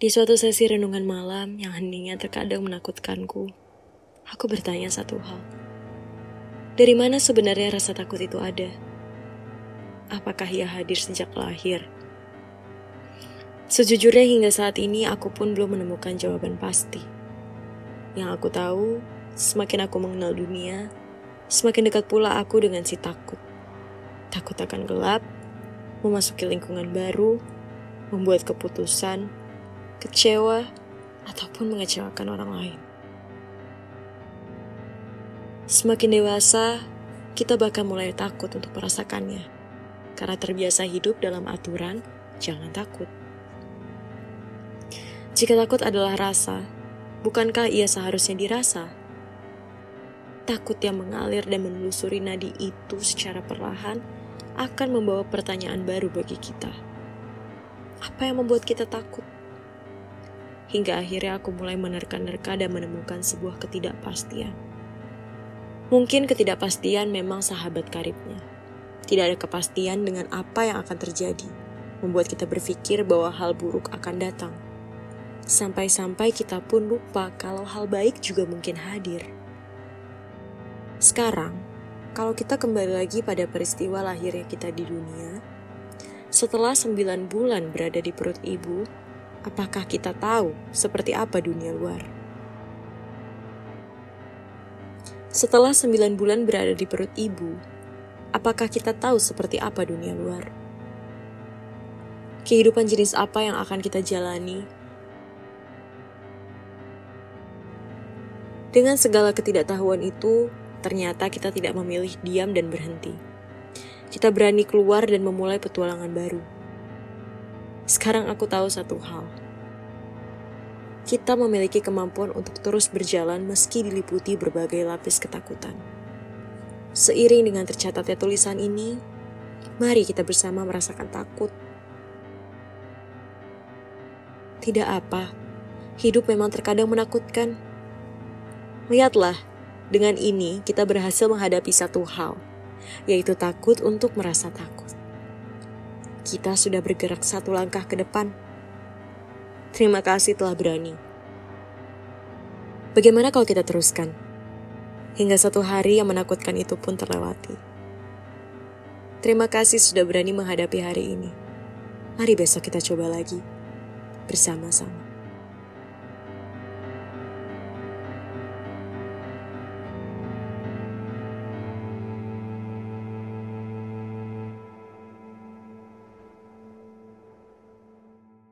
Di suatu sesi renungan malam yang heningnya terkadang menakutkanku, aku bertanya satu hal. Dari mana sebenarnya rasa takut itu ada? Apakah ia hadir sejak lahir? Sejujurnya hingga saat ini aku pun belum menemukan jawaban pasti. Yang aku tahu, semakin aku mengenal dunia, semakin dekat pula aku dengan si takut. Takut akan gelap, memasuki lingkungan baru, membuat keputusan, kecewa, ataupun mengecewakan orang lain. Semakin dewasa, kita bahkan mulai takut untuk merasakannya. Karena terbiasa hidup dalam aturan, jangan takut. Jika takut adalah rasa, bukankah ia seharusnya dirasa? Takut yang mengalir dan menelusuri nadi itu secara perlahan akan membawa pertanyaan baru bagi kita. Apa yang membuat kita takut? Hingga akhirnya aku mulai menerka-nerka dan menemukan sebuah ketidakpastian. Mungkin ketidakpastian memang sahabat karibnya. Tidak ada kepastian dengan apa yang akan terjadi, membuat kita berpikir bahwa hal buruk akan datang. Sampai-sampai kita pun lupa kalau hal baik juga mungkin hadir. Sekarang, kalau kita kembali lagi pada peristiwa lahirnya kita di dunia, setelah 9 bulan berada di perut ibu, apakah kita tahu seperti apa dunia luar? Setelah 9 bulan berada di perut ibu, apakah kita tahu seperti apa dunia luar? Kehidupan jenis apa yang akan kita jalani? Dengan segala ketidaktahuan itu, ternyata kita tidak memilih diam dan berhenti. Kita berani keluar dan memulai petualangan baru. Sekarang aku tahu satu hal. Kita memiliki kemampuan untuk terus berjalan meski diliputi berbagai lapis ketakutan. Seiring dengan tercatatnya tulisan ini, mari kita bersama merasakan takut. Tidak apa, hidup memang terkadang menakutkan. Lihatlah, dengan ini kita berhasil menghadapi satu hal, yaitu takut untuk merasa takut. Kita sudah bergerak satu langkah ke depan. Terima kasih telah berani. Bagaimana kalau kita teruskan? Hingga satu hari yang menakutkan itu pun terlewati. Terima kasih sudah berani menghadapi hari ini. Mari besok kita coba lagi. Bersama-sama.